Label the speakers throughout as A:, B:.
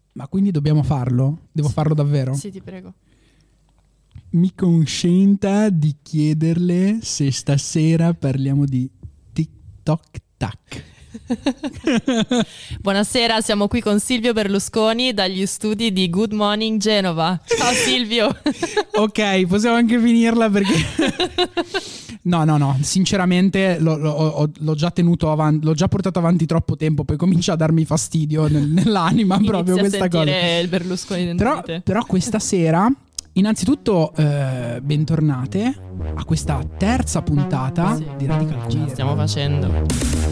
A: Ma quindi dobbiamo farlo? Devo farlo davvero?
B: Sì, ti prego.
A: Mi consenta di chiederle se stasera parliamo di TikTok Tac.
B: Buonasera, siamo qui con Silvio Berlusconi dagli studi di Good Morning Genova. Ciao Silvio.
A: Ok, possiamo anche finirla perché... No, sinceramente l'ho già tenuto avanti, l'ho già portato avanti troppo tempo, poi comincia a darmi fastidio nell'anima proprio questa cosa.
B: Il Berlusconi dentro di te.
A: Però questa sera, innanzitutto, bentornate a questa terza puntata di Radical Queer.
B: Ce la stiamo facendo.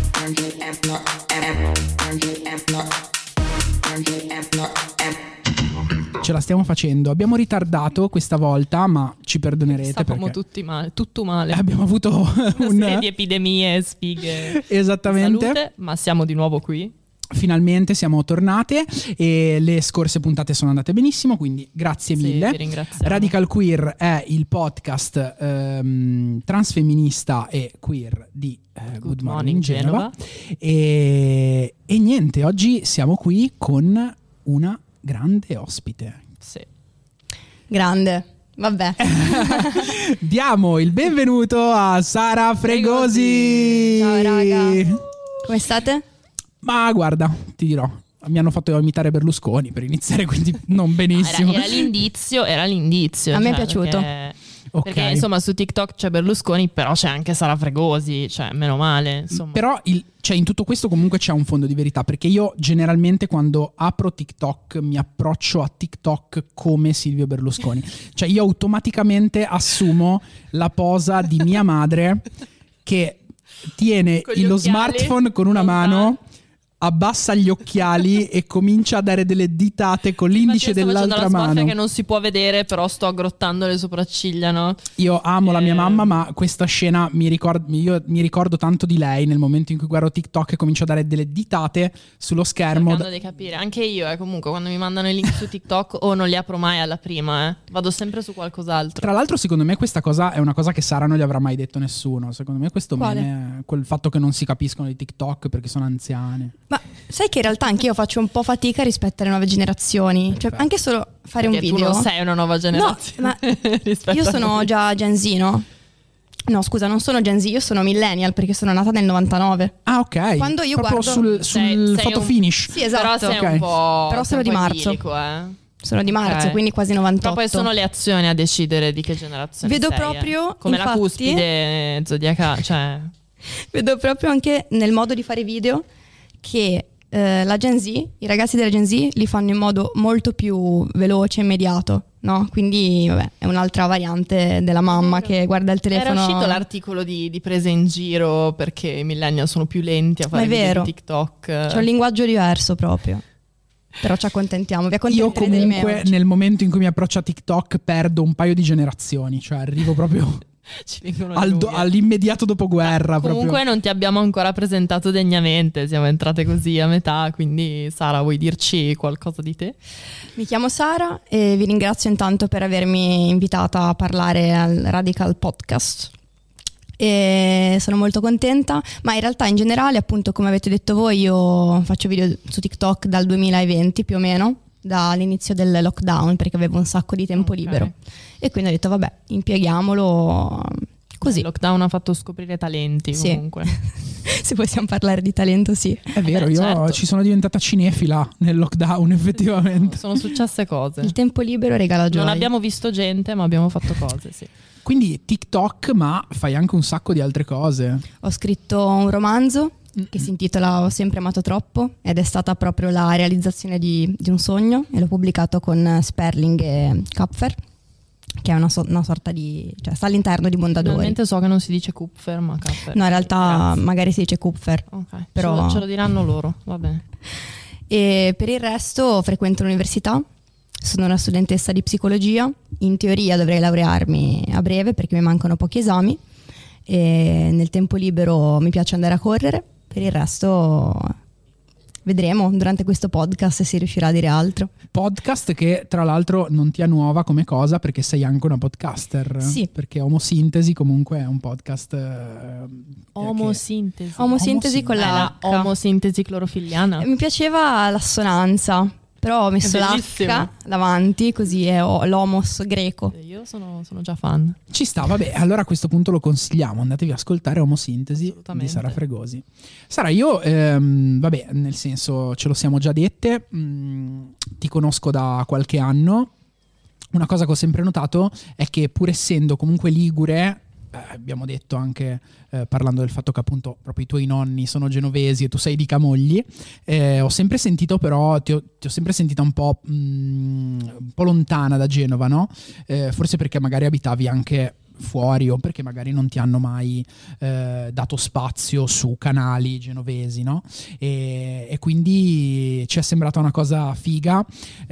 A: Ce la stiamo facendo. Abbiamo ritardato questa volta, ma ci perdonerete
B: Stavamo
A: perché
B: tutti male, tutto male.
A: abbiamo avuto
B: una serie di epidemie, sfighe.
A: Esattamente.
B: Salute, ma siamo di nuovo qui.
A: Finalmente siamo tornate e le scorse puntate sono andate benissimo, quindi grazie mille.
B: Ti ringraziamo.
A: Radical Queer è il podcast transfemminista e queer di Good Morning Genova. E niente, oggi siamo qui con una grande ospite.
B: Sì.
C: Grande, vabbè.
A: Diamo il benvenuto a Sara Fregosi.
C: Ciao raga. Come state?
A: Ma guarda, ti dirò, mi hanno fatto imitare Berlusconi per iniziare, quindi non benissimo.
B: Era l'indizio.
C: A me è piaciuto.
B: Perché insomma su TikTok c'è Berlusconi, però c'è anche Sara Fregosi, cioè meno male, insomma.
A: Però cioè, in tutto questo comunque c'è un fondo di verità, perché io generalmente quando apro TikTok mi approccio a TikTok come Silvio Berlusconi. Cioè io automaticamente assumo la posa di mia madre che tiene lo smartphone con una mano, abbassa gli occhiali e comincia a dare delle ditate con l'indice dell'altra mano.
B: Che non si può vedere, però sto aggrottando le sopracciglia, no?
A: Io amo la mia mamma, ma questa scena io mi ricordo tanto di lei nel momento in cui guardo TikTok e comincio a dare delle ditate sullo schermo.
B: Cercando di capire. Anche io, comunque, quando mi mandano i link su TikTok non li apro mai alla prima, Vado sempre su qualcos'altro.
A: Tra l'altro, secondo me questa cosa è una cosa che Sara non gli avrà mai detto nessuno. Secondo me questo meme è quel fatto che non si capiscono di TikTok perché sono anziani.
C: Ma sai che in realtà anche io faccio un po' fatica rispetto alle nuove generazioni. Cioè, anche solo fare
B: perché
C: un video.
B: Tu non sei una nuova generazione.
C: No, ma io sono già Gen Z, no? No, scusa, non sono Gen Z, io sono millennial perché sono nata nel 99.
A: Ah, ok.
C: Quando io
A: proprio
C: guardo
A: sul photo finish.
C: Sì, esatto.
B: Però sei un po'.
C: Però sono di marzo.
B: Idilico,
C: Sono di marzo, quindi quasi 98.
B: Però poi sono le azioni a decidere di che generazione
C: Vedo
B: sei,
C: proprio,
B: come
C: infatti,
B: la cuspide zodiacale, cioè.
C: Vedo proprio anche nel modo di fare video che la Gen Z, i ragazzi della Gen Z li fanno in modo molto più veloce e immediato, no? Quindi vabbè, è un'altra variante della mamma che guarda il telefono.
B: Era uscito l'articolo di prese in giro perché i millennial sono più lenti a fare video di TikTok.
C: C'è un linguaggio diverso proprio. Però ci accontentiamo, vi accontenterete
A: Io
C: di me
A: comunque
C: oggi.
A: nel momento in cui mi approccio a TikTok perdo un paio di generazioni, cioè arrivo proprio
B: ci vengono
A: all'immediato dopoguerra.
B: Comunque
A: proprio.
B: non ti abbiamo ancora presentato degnamente, siamo entrate così a metà, quindi Sara, vuoi dirci qualcosa di te?
C: Mi chiamo Sara e vi ringrazio intanto per avermi invitata a parlare al Radical Podcast. E sono molto contenta, ma in realtà in generale, appunto, come avete detto voi, io faccio video su TikTok dal 2020 più o meno, dall'inizio del lockdown, perché avevo un sacco di tempo libero e quindi ho detto vabbè, impieghiamolo così.
B: Il lockdown ha fatto scoprire talenti, comunque.
C: Se possiamo parlare di talento, sì.
A: È vero, io
B: certo.
A: ci sono diventata cinefila nel lockdown, effettivamente.
B: Sono successe cose.
C: Il tempo libero regala gioia.
B: Non abbiamo visto gente, ma abbiamo fatto cose, sì.
A: Quindi TikTok, ma fai anche un sacco di altre cose.
C: Ho scritto un romanzo che si intitola Ho sempre amato troppo ed è stata proprio la realizzazione di un sogno e l'ho pubblicato con Sperling e Kapfer, che è una sorta di, cioè sta all'interno di Mondadori.
B: Finalmente so che non si dice Kupfer ma Kapfer.
C: No, in realtà magari si dice Kupfer.
B: Ok,
C: però
B: ce lo diranno loro, va bene.
C: E per il resto frequento l'università. Sono una studentessa di psicologia, in teoria dovrei laurearmi a breve perché mi mancano pochi esami e nel tempo libero mi piace andare a correre, per il resto vedremo durante questo podcast se si riuscirà a dire altro.
A: Podcast che tra l'altro non ti è nuova come cosa perché sei anche una podcaster.
C: Sì.
A: Perché Omosintesi comunque è un podcast.
B: Omosintesi.
C: Omosintesi con la H.
B: omosintesi clorofilliana.
C: Mi piaceva l'assonanza. Però ho messo
B: bellissimo.
C: l'H davanti, così ho l'homos greco.
B: Io sono già fan.
A: Ci sta, vabbè, allora a questo punto lo consigliamo, andatevi ad ascoltare Omosintesi di
B: Assolutamente.
A: Sara Fregosi. Sara, io, vabbè, nel senso, ce lo siamo già dette, ti conosco da qualche anno. Una cosa che ho sempre notato è che, pur essendo comunque ligure, abbiamo detto anche parlando del fatto che appunto proprio i tuoi nonni sono genovesi e tu sei di Camogli, ho sempre sentito però, ti ho sempre sentita un po' lontana da Genova, no? Forse perché magari abitavi anche fuori o perché magari non ti hanno mai dato spazio su canali genovesi, no? E quindi ci è sembrata una cosa figa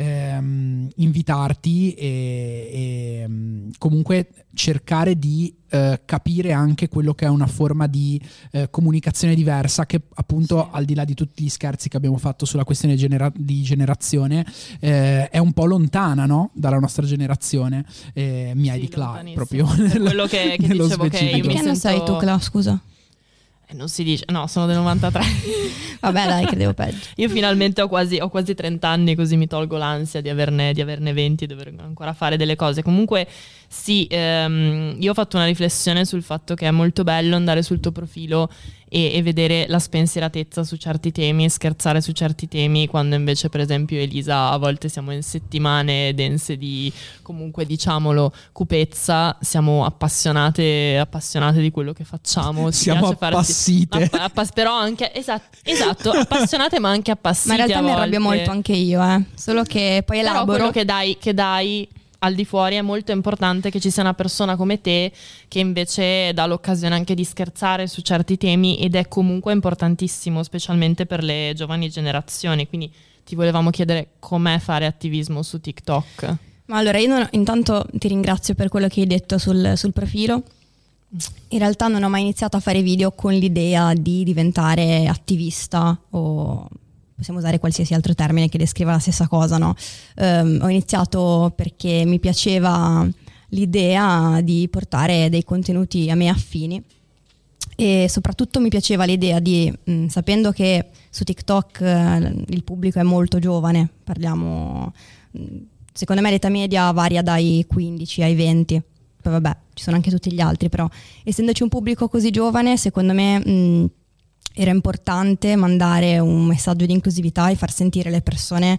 A: invitarti e comunque cercare di capire anche quello che è una forma di comunicazione diversa che appunto, al di là di tutti gli scherzi che abbiamo fatto sulla questione di generazione, è un po' lontana, no? Dalla nostra generazione, mia e di Cla, proprio
B: quello che
A: nello
B: dicevo che
A: specifico.
B: io
C: Di
B: mi
C: che anno sei tu, Cla, scusa?
B: Non si dice, no, sono del 93.
C: Vabbè, dai, credevo peggio.
B: Io finalmente ho quasi 30 anni, così mi tolgo l'ansia di averne 20 e dover ancora fare delle cose. Comunque sì, io ho fatto una riflessione sul fatto che è molto bello andare sul tuo profilo e vedere la spensieratezza su certi temi, scherzare su certi temi, quando invece per esempio Elisa a volte siamo in settimane dense di, comunque diciamolo, cupezza, siamo appassionate di quello che facciamo.
A: Siamo appassite.
B: Però anche, esatto, appassionate ma anche appassite.
C: Ma in realtà
B: a
C: mi arrabbio
B: volte.
C: molto anche io, solo che poi
B: Però
C: elaboro.
B: quello che dai al di fuori è molto importante, che ci sia una persona come te che invece dà l'occasione anche di scherzare su certi temi, ed è comunque importantissimo, specialmente per le giovani generazioni. Quindi ti volevamo chiedere com'è fare attivismo su TikTok.
C: Ma allora io intanto ti ringrazio per quello che hai detto sul profilo. In realtà non ho mai iniziato a fare video con l'idea di diventare attivista, o possiamo usare qualsiasi altro termine che descriva la stessa cosa, no? Ho iniziato perché mi piaceva l'idea di portare dei contenuti a me affini, e soprattutto mi piaceva l'idea di, sapendo che su TikTok il pubblico è molto giovane, parliamo, secondo me l'età media varia dai 15 ai 20, poi vabbè ci sono anche tutti gli altri, però essendoci un pubblico così giovane, secondo me era importante mandare un messaggio di inclusività e far sentire le persone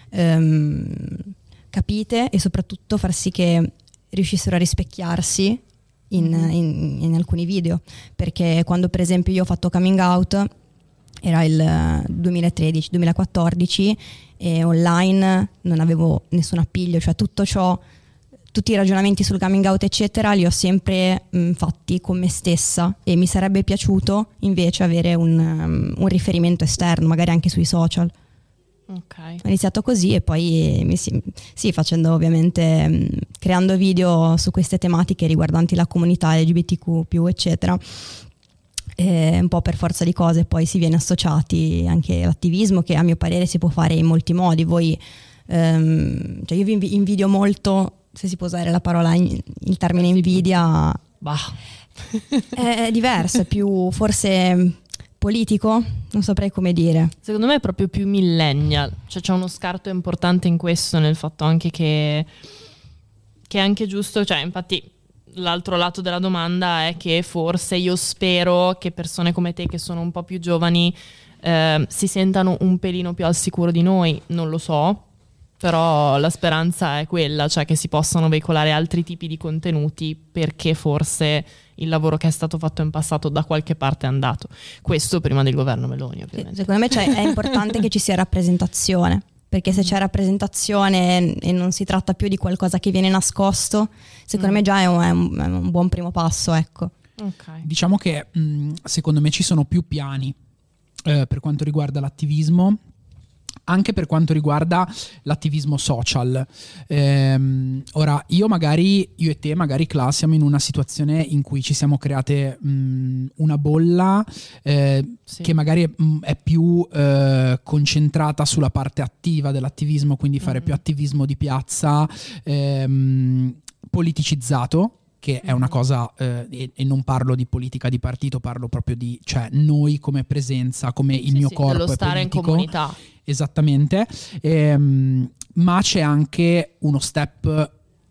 C: capite, e soprattutto far sì che riuscissero a rispecchiarsi in alcuni video, perché quando per esempio io ho fatto coming out era il 2013-2014 e online non avevo nessun appiglio, cioè tutti i ragionamenti sul coming out eccetera li ho sempre fatti con me stessa, e mi sarebbe piaciuto invece avere un riferimento esterno, magari anche sui social.
B: Ok.
C: Ho iniziato così e poi sì, facendo ovviamente, creando video su queste tematiche riguardanti la comunità LGBTQ+, eccetera. E un po' per forza di cose poi si viene associati anche all'attivismo, che a mio parere si può fare in molti modi. Voi, cioè io vi invidio molto, se si può usare la parola, il termine invidia.
B: Bah.
C: È diverso, è più forse politico, non saprei come dire.
B: Secondo me è proprio più millennial, cioè c'è uno scarto importante in questo, nel fatto anche che è anche giusto, cioè infatti l'altro lato della domanda è che forse io spero che persone come te, che sono un po' più giovani, si sentano un pelino più al sicuro di noi, non lo so, però la speranza è quella, cioè che si possano veicolare altri tipi di contenuti, perché forse il lavoro che è stato fatto in passato da qualche parte è andato. Questo prima del governo Meloni, ovviamente.
C: Secondo me è importante che ci sia rappresentazione, perché se c'è rappresentazione e non si tratta più di qualcosa che viene nascosto, secondo me già è un buon primo passo, ecco.
B: Okay.
A: Diciamo che secondo me ci sono più piani per quanto riguarda l'attivismo, anche per quanto riguarda l'attivismo social. Ora, io e te, magari Cla, siamo in una situazione in cui ci siamo create una bolla
B: Sì.
A: che magari è più concentrata sulla parte attiva dell'attivismo, quindi fare più attivismo di piazza, politicizzato, che è una cosa, e non parlo di politica di partito, parlo proprio di, cioè, noi come presenza, come il mio corpo
B: dello
A: è
B: stare
A: politico.
B: in comunità.
A: Esattamente, ma c'è anche uno step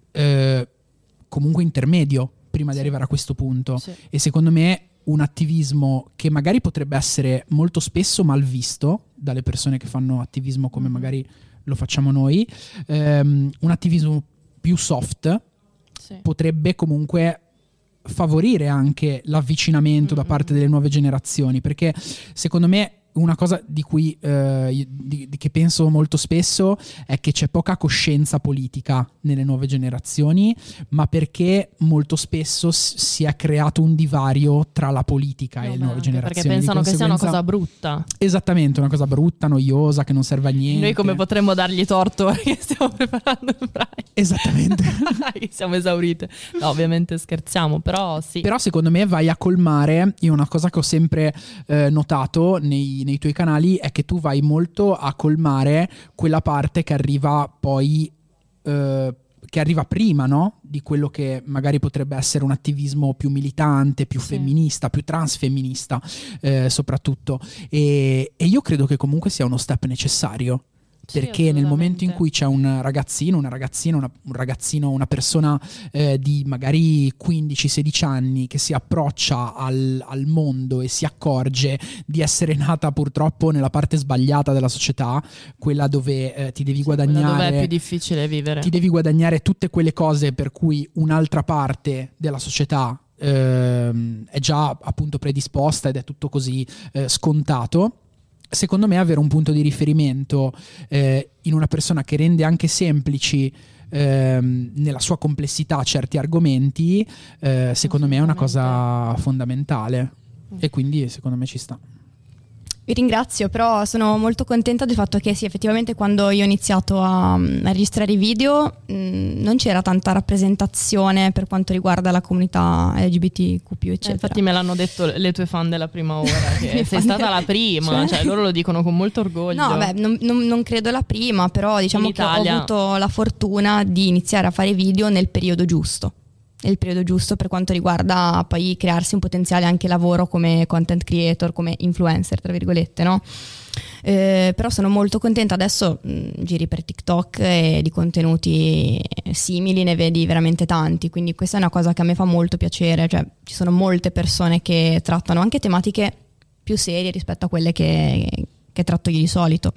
A: comunque intermedio prima di arrivare a questo punto, e secondo me un attivismo che magari potrebbe essere molto spesso mal visto dalle persone che fanno attivismo come magari lo facciamo noi, un attivismo più soft potrebbe comunque favorire anche l'avvicinamento da parte delle nuove generazioni, perché secondo me una cosa di cui che penso molto spesso è che c'è poca coscienza politica nelle nuove generazioni, ma perché molto spesso si è creato un divario tra la politica e le nuove generazioni.
B: Perché pensano che sia una cosa brutta.
A: Esattamente, una cosa brutta, noiosa, che non serve a niente.
B: Noi come potremmo dargli torto perché stiamo preparando il Pride?
A: Esattamente.
B: Siamo esaurite. No, ovviamente scherziamo, però sì.
A: Però secondo me vai a colmare, io una cosa che ho sempre notato nei tuoi canali è che tu vai molto a colmare quella parte che arriva poi che arriva prima, no? Di quello che magari potrebbe essere un attivismo più militante, più femminista, più transfemminista soprattutto, e io credo che comunque sia uno step necessario. Perché nel momento in cui c'è un ragazzino, una persona di magari 15-16 anni che si approccia al mondo e si accorge di essere nata purtroppo nella parte sbagliata della società, quella dove ti devi guadagnare,
B: quella dove è più difficile vivere,
A: ti devi guadagnare tutte quelle cose per cui un'altra parte della società è già appunto predisposta ed è tutto così scontato. Secondo me avere un punto di riferimento in una persona che rende anche semplici nella sua complessità certi argomenti, secondo me è una cosa fondamentale, e quindi secondo me ci sta.
C: Vi ringrazio, però sono molto contenta del fatto che sì, effettivamente quando io ho iniziato a registrare i video non c'era tanta rappresentazione per quanto riguarda la comunità LGBTQ+, eccetera.
B: Infatti me l'hanno detto le tue fan della prima ora, che sei stata la prima, cioè loro lo dicono con molto orgoglio.
C: No, beh, non credo la prima, però diciamo che ho avuto la fortuna di iniziare a fare video nel periodo giusto. Il periodo giusto per quanto riguarda poi crearsi un potenziale anche lavoro come content creator, come influencer tra virgolette, no? Però sono molto contenta adesso, giri per TikTok e di contenuti simili ne vedi veramente tanti, quindi questa è una cosa che a me fa molto piacere, cioè ci sono molte persone che trattano anche tematiche più serie rispetto a quelle che tratto io di solito.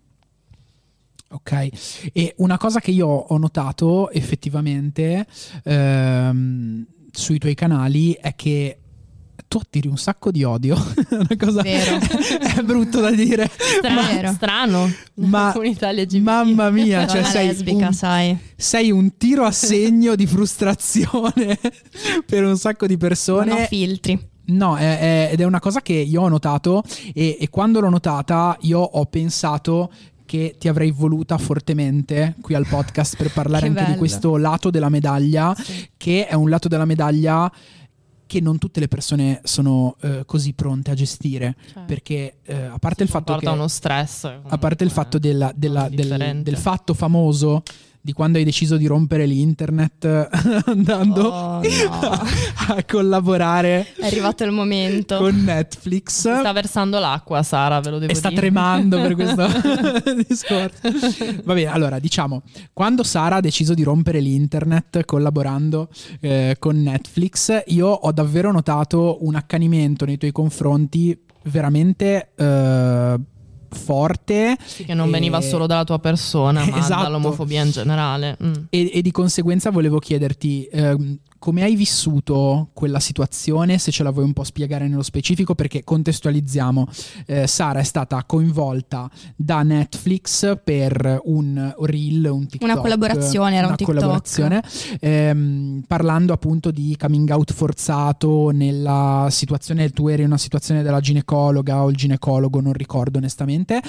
A: Ok, e una cosa che io ho notato effettivamente sui tuoi canali è che tu attiri un sacco di odio. Una cosa
C: vero.
A: È brutto da dire,
B: strano,
A: ma mamma mia, cioè sei un tiro a segno di frustrazione per un sacco di persone.
C: Non ho filtri.
A: No, ed è una cosa che io ho notato, e quando l'ho notata io ho pensato che ti avrei voluta fortemente qui al podcast per parlare anche di questo lato della medaglia, che è un lato della medaglia che non tutte le persone sono così pronte a gestire, perché a parte il fatto che
B: uno stress,
A: a parte il fatto del fatto famoso di quando hai deciso di rompere l'internet andando a collaborare.
C: È arrivato il momento.
A: Con Netflix.
B: Sta versando l'acqua, Sara, ve lo devo dire.
A: Sta tremando per questo discorso. Va bene, allora diciamo, quando Sara ha deciso di rompere l'internet collaborando con Netflix, io ho davvero notato un accanimento nei tuoi confronti veramente forte,
B: sì, che non veniva solo dalla tua persona, ma dall'omofobia in generale.
A: E di conseguenza volevo chiederti come hai vissuto quella situazione, se ce la vuoi un po' spiegare nello specifico, perché contestualizziamo, Sara è stata coinvolta da Netflix per un reel, un TikTok,
C: una collaborazione, era un TikTok,
A: collaborazione, parlando appunto di coming out forzato nella situazione, tu eri in una situazione della ginecologa o il ginecologo, non ricordo onestamente,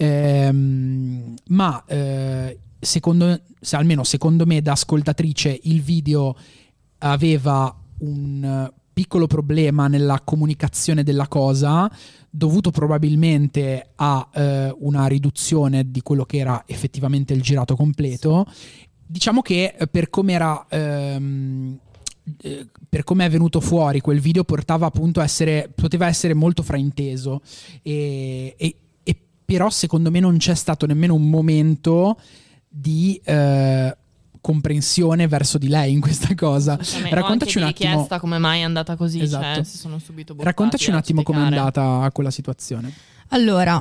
A: ma almeno secondo me da ascoltatrice il video aveva un piccolo problema nella comunicazione della cosa, dovuto probabilmente a una riduzione di quello che era effettivamente il girato completo. Diciamo che per come era per come è venuto fuori quel video poteva essere molto frainteso e però secondo me non c'è stato nemmeno un momento di comprensione verso di lei in questa cosa. Raccontaci un attimo
B: richiesta come mai è andata così,
A: esatto.
B: Si sono subito buttati.
A: Raccontaci un attimo come è andata quella situazione.
C: Allora,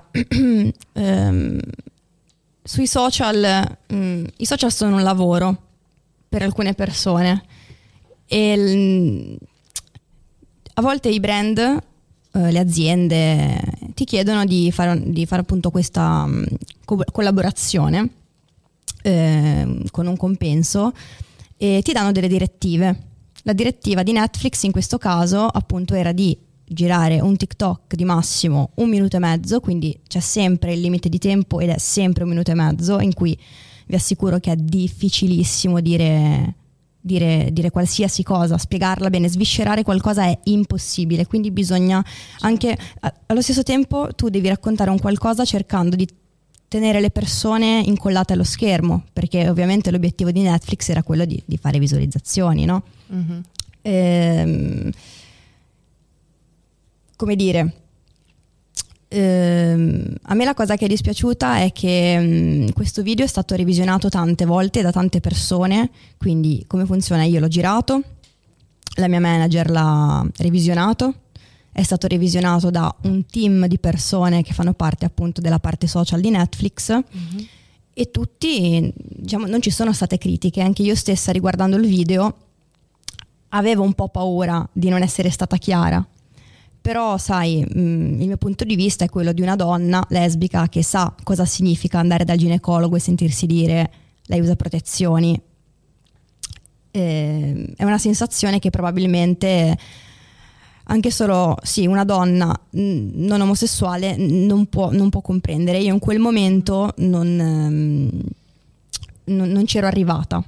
C: sui social, i social sono un lavoro per alcune persone e a volte i brand, le aziende ti chiedono di fare appunto questa collaborazione con un compenso e ti danno delle direttive. La direttiva di Netflix in questo caso appunto era di girare un TikTok di massimo 1 minuto e mezzo, quindi c'è sempre il limite di tempo ed è sempre 1 minuto e mezzo, in cui vi assicuro che è difficilissimo dire qualsiasi cosa, spiegarla bene, sviscerare qualcosa è impossibile, quindi bisogna anche allo stesso tempo tu devi raccontare un qualcosa cercando di tenere le persone incollate allo schermo, perché ovviamente l'obiettivo di Netflix era quello di fare visualizzazioni, no? Mm-hmm. Come dire, a me la cosa che è dispiaciuta è che questo video è stato revisionato tante volte da tante persone, quindi come funziona? Io l'ho girato, la mia manager l'ha revisionato, è stato revisionato da un team di persone che fanno parte appunto della parte social di Netflix, e tutti, diciamo, non ci sono state critiche. Anche io stessa, riguardando il video, avevo un po' paura di non essere stata chiara, però sai, il mio punto di vista è quello di una donna lesbica che sa cosa significa andare dal ginecologo e sentirsi dire lei usa protezioni. È una sensazione che probabilmente anche solo una donna non omosessuale non può comprendere. Io in quel momento non c'ero arrivata,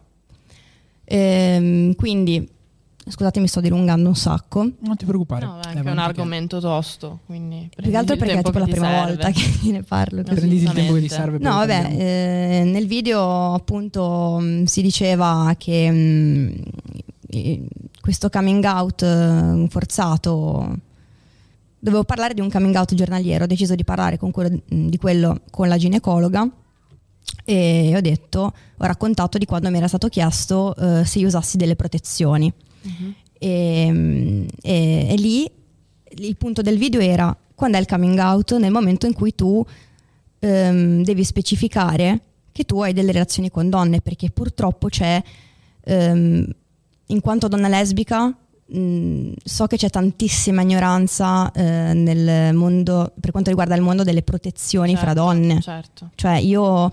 C: quindi scusate, mi sto dilungando un sacco.
A: Non ti preoccupare.
B: No, è anche un argomento tosto, quindi
C: più che altro perché è tipo la prima volta che ne parlo.
A: Prenditi il tempo che ti serve.
C: No, vabbè, nel video appunto si diceva che questo coming out forzato, dovevo parlare di un coming out giornaliero, ho deciso di parlare di quello con la ginecologa e ho raccontato di quando mi era stato chiesto se io usassi delle protezioni. E lì il punto del video era: quando è il coming out? Nel momento in cui tu devi specificare che tu hai delle relazioni con donne, perché purtroppo c'è, in quanto donna lesbica, so che c'è tantissima ignoranza nel mondo per quanto riguarda il mondo delle protezioni fra donne.
B: Certo.
C: Cioè io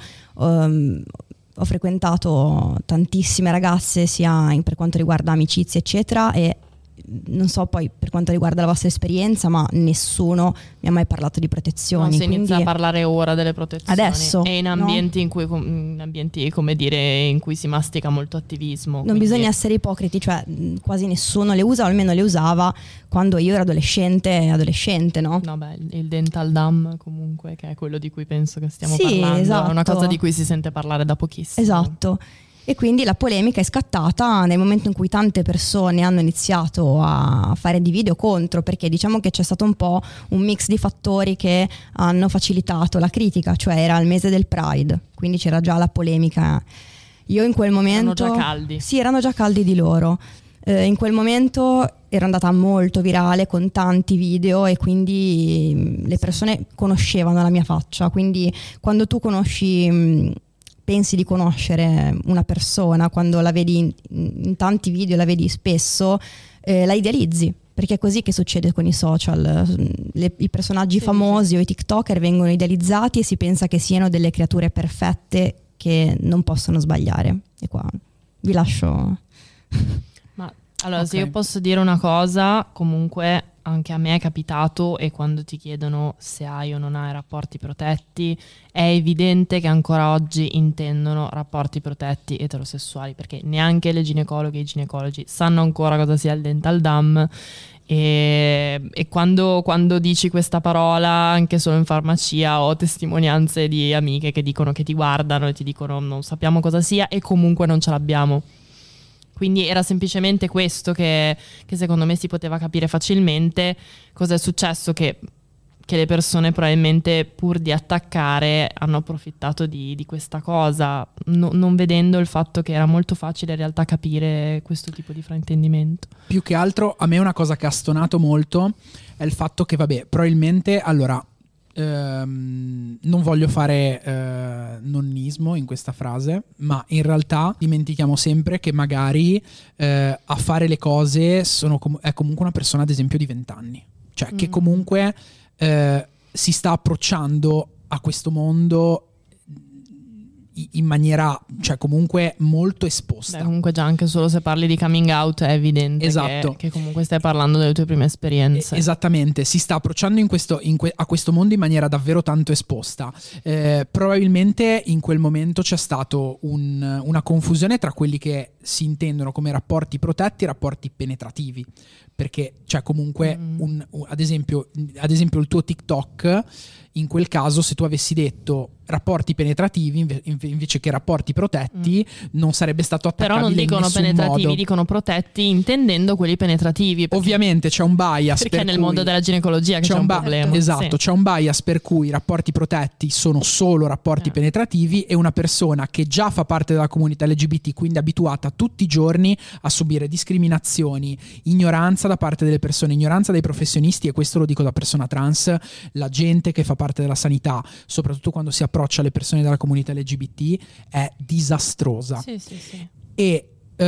C: ho frequentato tantissime ragazze sia per quanto riguarda amicizie eccetera, e non so poi per quanto riguarda la vostra esperienza, ma nessuno mi ha mai parlato di protezioni.
B: Si inizia a parlare ora delle protezioni
C: adesso,
B: e in ambienti in ambienti, come dire, in cui si mastica molto attivismo.
C: Non bisogna essere ipocriti, cioè quasi nessuno le usa, o almeno le usava quando io ero adolescente, no?
B: No, beh, il dental dam comunque, che è quello di cui penso che stiamo
C: sì,
B: parlando,
C: esatto.
B: È una cosa di cui si sente parlare da pochissimo.
C: Esatto. E quindi la polemica è scattata nel momento in cui tante persone hanno iniziato a fare di video contro, perché diciamo che c'è stato un po' un mix di fattori che hanno facilitato la critica, cioè era il mese del Pride, quindi c'era già la polemica. Io in quel momento...
B: Erano già caldi.
C: Sì, erano già caldi di loro. In quel momento era andata molto virale con tanti video e quindi le persone conoscevano la mia faccia, quindi quando tu pensi di conoscere una persona, quando la vedi in tanti video, la vedi spesso, la idealizzi, perché è così che succede con i social. I personaggi famosi o i TikToker vengono idealizzati e si pensa che siano delle creature perfette che non possono sbagliare. E qua vi lascio.
B: Ma allora, se io posso dire una cosa, comunque anche a me è capitato, e quando ti chiedono se hai o non hai rapporti protetti, è evidente che ancora oggi intendono rapporti protetti eterosessuali, perché neanche le ginecologhe e i ginecologi sanno ancora cosa sia il dental dam, e quando dici questa parola anche solo in farmacia ho testimonianze di amiche che dicono, che ti guardano e ti dicono non sappiamo cosa sia e comunque non ce l'abbiamo. Quindi era semplicemente questo che secondo me si poteva capire facilmente. Cosa è successo? Che le persone probabilmente, pur di attaccare, hanno approfittato di questa cosa, non vedendo il fatto che era molto facile in realtà capire questo tipo di fraintendimento.
A: Più che altro a me una cosa che ha stonato molto è il fatto che, vabbè, probabilmente, allora, non voglio fare nonnismo in questa frase, ma in realtà dimentichiamo sempre che magari a fare le cose è comunque una persona, ad esempio, di 20 anni, cioè che comunque si sta approcciando a questo mondo in maniera, cioè, comunque molto esposta.
B: Beh, comunque già anche solo se parli di coming out è evidente, esatto, che comunque stai parlando delle tue prime esperienze.
A: Esattamente, si sta approcciando a questo mondo in maniera davvero tanto esposta. Probabilmente in quel momento c'è stato una confusione tra quelli che si intendono come rapporti protetti e rapporti penetrativi, perché cioè comunque ad esempio il tuo TikTok, in quel caso, se tu avessi detto rapporti penetrativi invece che rapporti protetti, non sarebbe stato attaccabile.
B: Però non dicono
A: in nessun
B: penetrativi,
A: modo.
B: dicono protetti, intendendo quelli penetrativi.
A: Ovviamente c'è un bias,
B: perché nel mondo della ginecologia che c'è un problema.
A: Esatto,
B: sì.
A: C'è un bias per cui i rapporti protetti sono solo rapporti penetrativi, e una persona che già fa parte della comunità LGBT, quindi abituata tutti i giorni a subire discriminazioni, ignoranza da parte delle persone, ignoranza dei professionisti, e questo lo dico da persona trans, la gente che fa parte della sanità, soprattutto quando si approccia alle persone della comunità LGBT, è disastrosa.
B: Sì, sì, sì.
A: E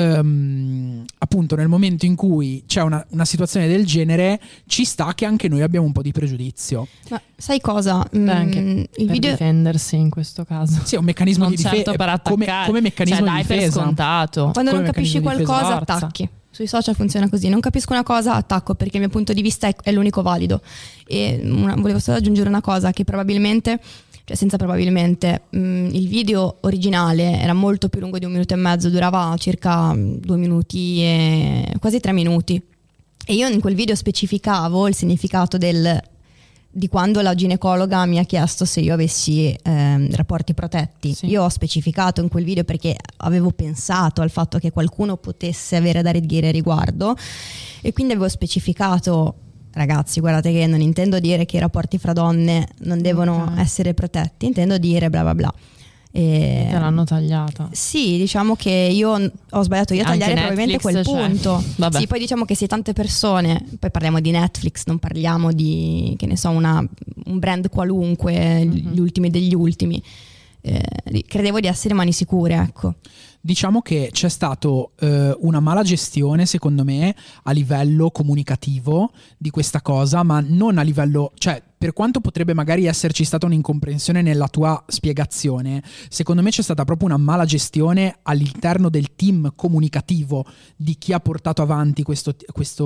A: appunto nel momento in cui c'è una situazione del genere, ci sta che anche noi abbiamo un po' di pregiudizio.
C: Ma sai cosa?
B: Anche
C: il
B: per
C: video
B: difendersi in questo caso.
A: Sì, è un meccanismo
B: non
A: di difesa,
B: certo per attaccare,
A: come meccanismo
B: cioè,
A: di difesa.
B: Per scontato.
C: Quando
A: come
C: non capisci
A: meccanismo di
C: qualcosa,
B: difesa.
C: attacchi. Sui social funziona così: non capisco una cosa, attacco, perché il mio punto di vista è l'unico valido. E volevo solo aggiungere una cosa, che probabilmente, cioè senza probabilmente, il video originale era molto più lungo di 1 minuto e mezzo, durava circa 2 minuti e quasi 3 minuti, e io in quel video specificavo il significato di quando la ginecologa mi ha chiesto se io avessi rapporti protetti.
B: Sì.
C: Io ho specificato in quel video perché avevo pensato al fatto che qualcuno potesse avere da dire riguardo, e quindi avevo specificato: ragazzi, guardate che non intendo dire che i rapporti fra donne non devono essere protetti, intendo dire bla bla bla.
B: Te l'hanno tagliata.
C: Sì, diciamo che io ho sbagliato io a tagliare probabilmente quel punto.
B: Vabbè.
C: Sì, poi diciamo che se tante persone, poi parliamo di Netflix, non parliamo di, che ne so, un brand qualunque, gli ultimi degli ultimi. Credevo di essere mani sicure, ecco.
A: Diciamo che c'è stato una mala gestione, secondo me, a livello comunicativo di questa cosa, ma non a livello, cioè, per quanto potrebbe magari esserci stata un'incomprensione nella tua spiegazione, secondo me c'è stata proprio una mala gestione all'interno del team comunicativo di chi ha portato avanti questo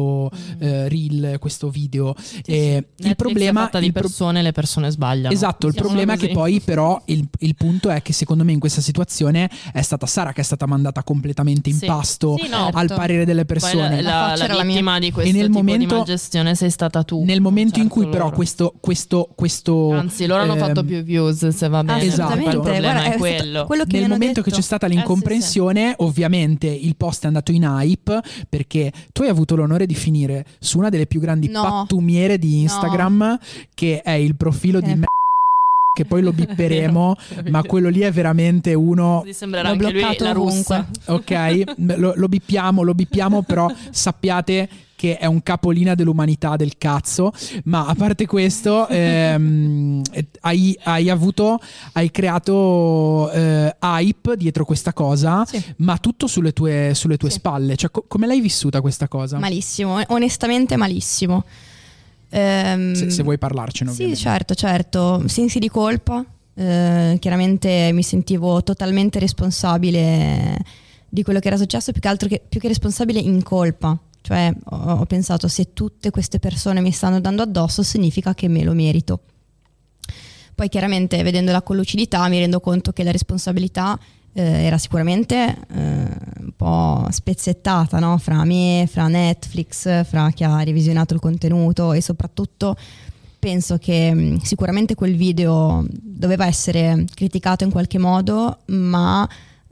A: reel, questo video.
B: Il problema è fatta di persone, le persone sbagliano.
A: Esatto, il problema è che poi però il punto è che secondo me in questa situazione è stata Sara che è stata mandata completamente in pasto al parere delle persone.
B: Poi la vittima di questo tipo di malgestione sei stata tu.
A: Nel momento in cui però questo
B: anzi, loro hanno fatto più views, se va bene.
A: Esatto.
B: Il problema
C: Guarda,
B: è quello.
C: Che
A: nel momento che c'è stata l'incomprensione, ovviamente il post è andato in hype, perché tu hai avuto l'onore di finire su una delle più grandi pattumiere di Instagram, che è il profilo di che poi lo bipperemo, ma quello lì è veramente uno.
B: Ti sembrerà anche lui la russa.
A: Ok, lo bippiamo, però sappiate che è un capolinea dell'umanità del cazzo. Ma a parte questo, hai creato hype dietro questa cosa, ma tutto sulle tue spalle. Cioè, come l'hai vissuta questa cosa?
C: Malissimo, onestamente malissimo.
A: Se vuoi parlarcene, ovviamente.
C: Sì, certo, sensi di colpa. Chiaramente mi sentivo totalmente responsabile di quello che era successo, più che responsabile, in colpa. Cioè ho pensato: se tutte queste persone mi stanno dando addosso, significa che me lo merito. Poi chiaramente, vedendola con lucidità, mi rendo conto che la responsabilità era sicuramente un po' spezzettata, no? Fra me, fra Netflix, fra chi ha revisionato il contenuto, e soprattutto penso che sicuramente quel video doveva essere criticato in qualche modo, ma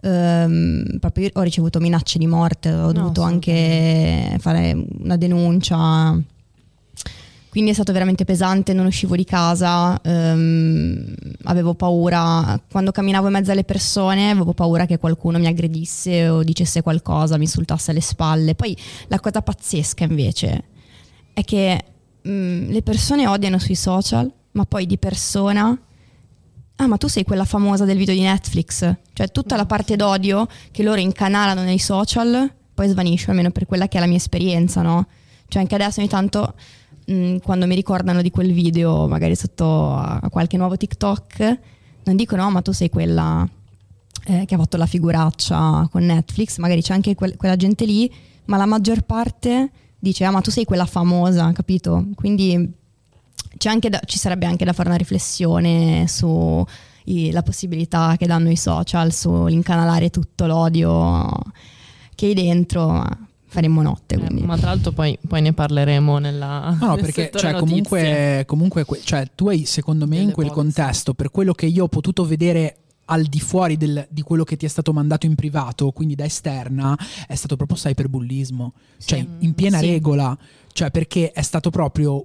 C: proprio io ho ricevuto minacce di morte, ho dovuto anche fare una denuncia, quindi è stato veramente pesante, non uscivo di casa, avevo paura, quando camminavo in mezzo alle persone avevo paura che qualcuno mi aggredisse o dicesse qualcosa, mi insultasse alle spalle. Poi la cosa pazzesca invece è che le persone odiano sui social, ma poi di persona: ah, ma tu sei quella famosa del video di Netflix. Cioè tutta la parte d'odio che loro incanalano nei social poi svanisce, almeno per quella che è la mia esperienza, no? Cioè anche adesso ogni tanto quando mi ricordano di quel video, magari sotto a qualche nuovo TikTok, non dicono: no, ma tu sei quella che ha fatto la figuraccia con Netflix. Magari c'è anche quella gente lì, ma la maggior parte dice: ah, ma tu sei quella famosa, capito? Quindi ci sarebbe anche da fare una riflessione su la possibilità che danno i social, sull'incanalare tutto l'odio che hai dentro, ma faremmo notte.
B: Ma tra l'altro poi ne parleremo nel
A: perché cioè, comunque cioè, tu hai, secondo me, in quel contesto, per quello che io ho potuto vedere al di fuori di quello che ti è stato mandato in privato, quindi da esterna, è stato proprio cyberbullismo, cioè in piena regola. Cioè perché è stato proprio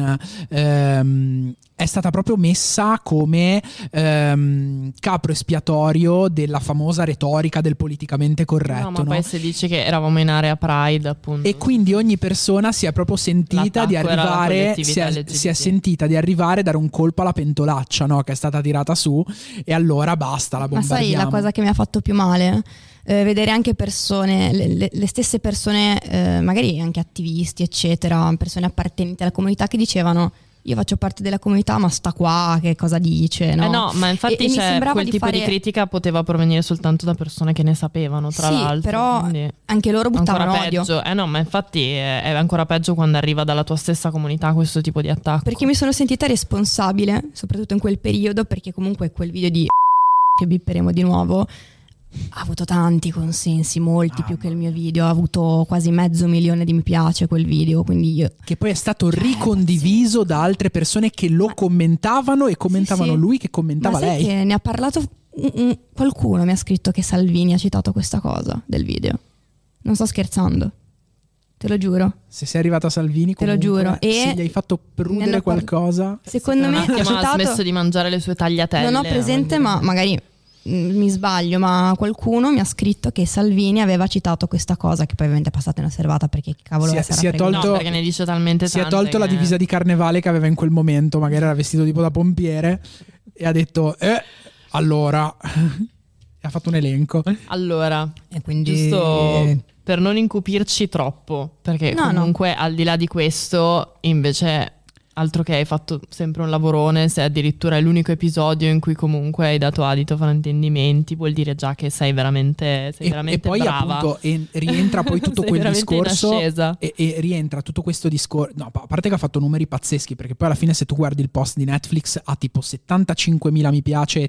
A: è stata proprio messa come capro espiatorio della famosa retorica del politicamente corretto.
B: No, ma poi si dice che eravamo in area Pride, appunto.
A: E quindi ogni persona si è proprio sentita di arrivare, si è sentita di arrivare a dare un colpo alla pentolaccia, no? Che è stata tirata su, e allora basta, la bombardiamo.
C: Ma sai la cosa che mi ha fatto più male? Vedere anche persone, le stesse persone, magari anche attivisti, eccetera, persone appartenenti alla comunità, che dicevano: io faccio parte della comunità, ma sta qua, che cosa dice? No,
B: no, ma infatti quel tipo di critica poteva provenire soltanto da persone che ne sapevano, tra l'altro.
C: Però anche loro buttavano odio.
B: No, ma infatti è ancora peggio quando arriva dalla tua stessa comunità questo tipo di attacco.
C: Perché mi sono sentita responsabile, soprattutto in quel periodo, perché comunque quel video che bipperemo di nuovo ha avuto tanti consensi, molti più che il mio video, ha avuto quasi 500.000 di mi piace quel video, quindi
A: che poi è stato ricondiviso da altre persone che lo commentavano e commentavano lui che commentava lei.
C: Che ne ha parlato qualcuno, mi ha scritto che Salvini ha citato questa cosa del video, non sto scherzando, te lo giuro.
A: Se sei arrivato a Salvini, comunque,
C: te lo giuro, e
A: se gli hai fatto prudere qualcosa,
C: secondo me
B: ha smesso di mangiare le sue tagliatelle.
C: Non ho presente, ma magari mi sbaglio, ma qualcuno mi ha scritto che Salvini aveva citato questa cosa, che poi ovviamente è passata inosservata, perché cavolo
A: si è tolto,
B: perché ne dice talmente
A: si è tolto la divisa di carnevale che aveva in quel momento, magari era vestito tipo da pompiere, e ha detto allora ha fatto un elenco.
B: Allora,
C: e quindi
B: giusto per non incupirci troppo, perché comunque al di là di questo, invece, altro che hai fatto sempre un lavorone, se addirittura è l'unico episodio in cui comunque hai dato adito a fraintendimenti, vuol dire già che sei veramente
A: e poi
B: brava.
A: Appunto rientra poi tutto quel discorso e rientra tutto questo discorso, no, a parte che ha fatto numeri pazzeschi, perché poi alla fine se tu guardi il post di Netflix ha tipo 75.000 mi piace,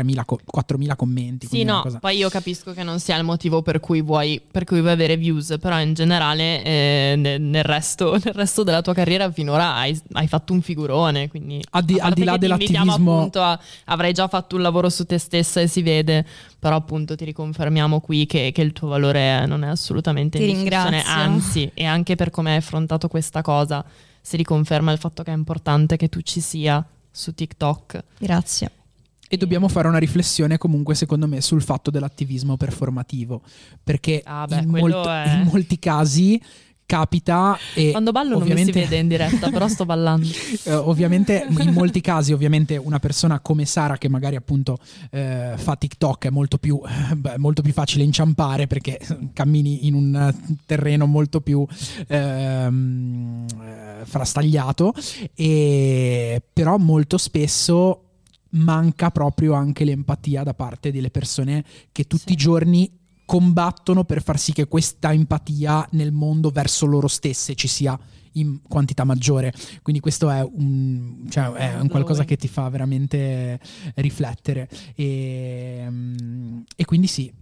A: 4.000 commenti.
B: Sì, no, poi io capisco che non sia il motivo per cui vuoi avere views, però in generale nel resto della tua carriera finora hai fatto un figurone, quindi
A: al di là dell'attivismo,
B: appunto, avrai già fatto un lavoro su te stessa e si vede, però appunto ti riconfermiamo qui che il tuo valore non è assolutamente in discussione, anzi, e anche per come hai affrontato questa cosa si riconferma il fatto che è importante che tu ci sia su TikTok.
C: Grazie.
A: E dobbiamo fare una riflessione comunque, secondo me, sul fatto dell'attivismo performativo, perché in molti casi capita, e
B: quando ballo non mi si vede in diretta, però sto ballando.
A: Ovviamente in molti casi, ovviamente una persona come Sara, che magari appunto fa TikTok, è molto più facile inciampare, perché cammini in un terreno molto più frastagliato, e però molto spesso manca proprio anche l'empatia da parte delle persone che tutti i giorni combattono per far sì che questa empatia nel mondo verso loro stesse ci sia in quantità maggiore. Quindi questo è un qualcosa che ti fa veramente riflettere, e quindi sì.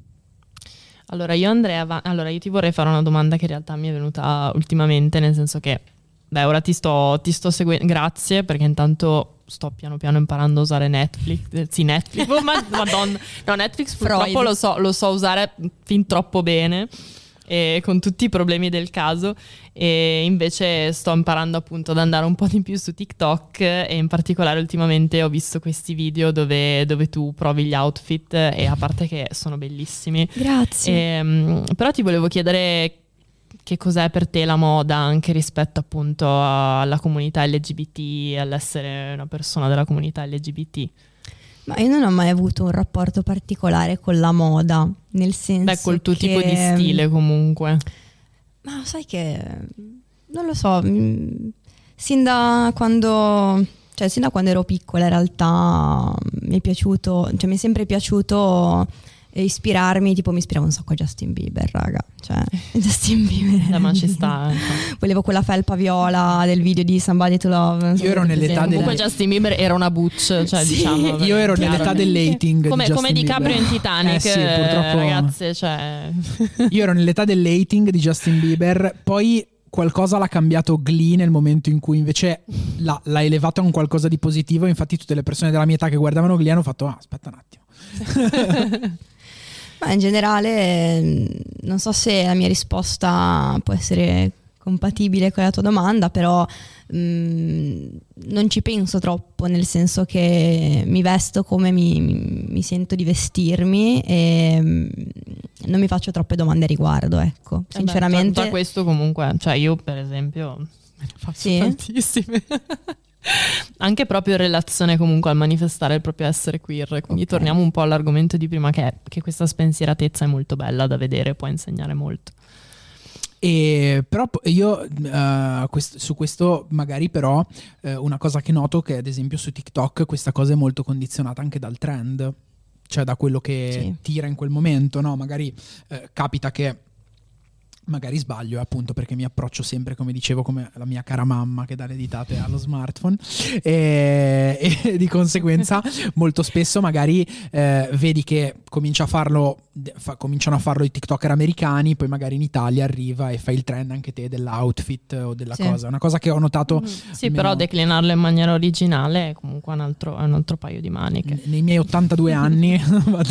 B: Allora io Andrea, io ti vorrei fare una domanda che in realtà mi è venuta ultimamente, nel senso che Beh, ora ti sto seguendo, grazie, perché intanto sto piano piano imparando a usare Netflix. Sì, Netflix. Oh, madonna. No, Netflix purtroppo lo so usare fin troppo bene, e con tutti i problemi del caso, e invece sto imparando appunto ad andare un po' di più su TikTok, e in particolare ultimamente ho visto questi video dove tu provi gli outfit, e a parte che sono bellissimi.
C: Grazie.
B: Però ti volevo chiedere che cos'è per te la moda, anche rispetto appunto alla comunità LGBT, all'essere una persona della comunità LGBT.
C: Ma io non ho mai avuto un rapporto particolare con la moda, nel senso
B: Beh, col tuo tipo di stile comunque.
C: Ma sai che non lo so, sin da quando ero piccola in realtà mi è piaciuto, cioè mi è sempre piaciuto ispirarmi, tipo mi ispiravo un sacco a Justin Bieber, raga, cioè Justin Bieber.
B: Ma ci sta.
C: Volevo quella felpa viola del video di Somebody to Love.
A: Io ero nell'età
B: comunque Justin Bieber era una butch, cioè
C: sì,
B: diciamo.
A: Io ero nell'età dell'hating
B: come DiCaprio in Titanic,
A: sì, purtroppo,
B: ragazze, cioè.
A: Io ero nell'età dell'hating di Justin Bieber, poi qualcosa l'ha cambiato Glee nel momento in cui invece l'ha elevato a un qualcosa di positivo. Infatti tutte le persone della mia età che guardavano Glee hanno fatto aspetta un attimo.
C: Ma in generale non so se la mia risposta può essere compatibile con la tua domanda, però non ci penso troppo, nel senso che mi vesto come mi sento di vestirmi e non mi faccio troppe domande a riguardo, ecco. Sinceramente.
B: Da questo comunque, cioè io per esempio me ne faccio tantissime. Anche proprio in relazione comunque al manifestare il proprio essere queer, quindi torniamo un po' all'argomento di prima, che questa spensieratezza è molto bella da vedere, può insegnare molto.
A: E però io su questo magari però una cosa che noto, che ad esempio su TikTok questa cosa è molto condizionata anche dal trend, cioè da quello che tira in quel momento, no? Magari capita che magari sbaglio, appunto perché mi approccio sempre, come dicevo, come la mia cara mamma che dà le ditate allo smartphone, e di conseguenza molto spesso magari vedi che cominciano a farlo i TikToker americani, poi magari in Italia arriva e fai il trend anche te dell'outfit o della cosa. Una cosa che ho notato.
B: Sì, almeno, però declinarlo in maniera originale è comunque un altro paio di maniche.
A: Nei miei 82 anni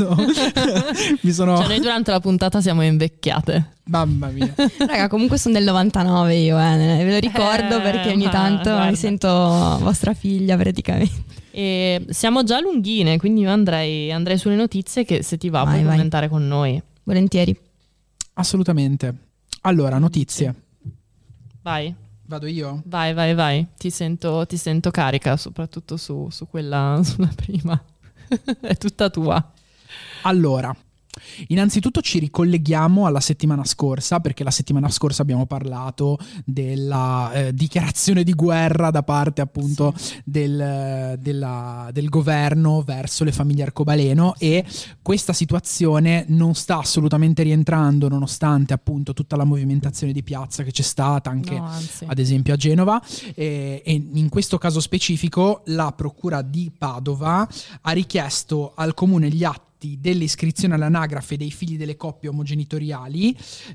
A: mi sono.
B: Cioè noi durante la puntata siamo invecchiate.
A: Mamma mia.
C: Raga, comunque sono del 99 io, ve lo ricordo perché ogni tanto mi sento vostra figlia praticamente.
B: E siamo già lunghine, quindi io andrei sulle notizie, che se ti va puoi commentare con noi.
C: Volentieri.
A: Assolutamente. Allora, notizie.
B: Vai.
A: Vado io?
B: Vai. Ti sento carica, soprattutto sulla prima. È tutta tua.
A: Allora, innanzitutto ci ricolleghiamo alla settimana scorsa, perché la settimana scorsa abbiamo parlato della dichiarazione di guerra da parte appunto del governo verso le famiglie arcobaleno, e questa situazione non sta assolutamente rientrando, nonostante appunto tutta la movimentazione di piazza che c'è stata anche ad esempio a Genova, e in questo caso specifico la procura di Padova ha richiesto al comune gli atti dell'iscrizione all'anagrafe dei figli delle coppie omogenitoriali,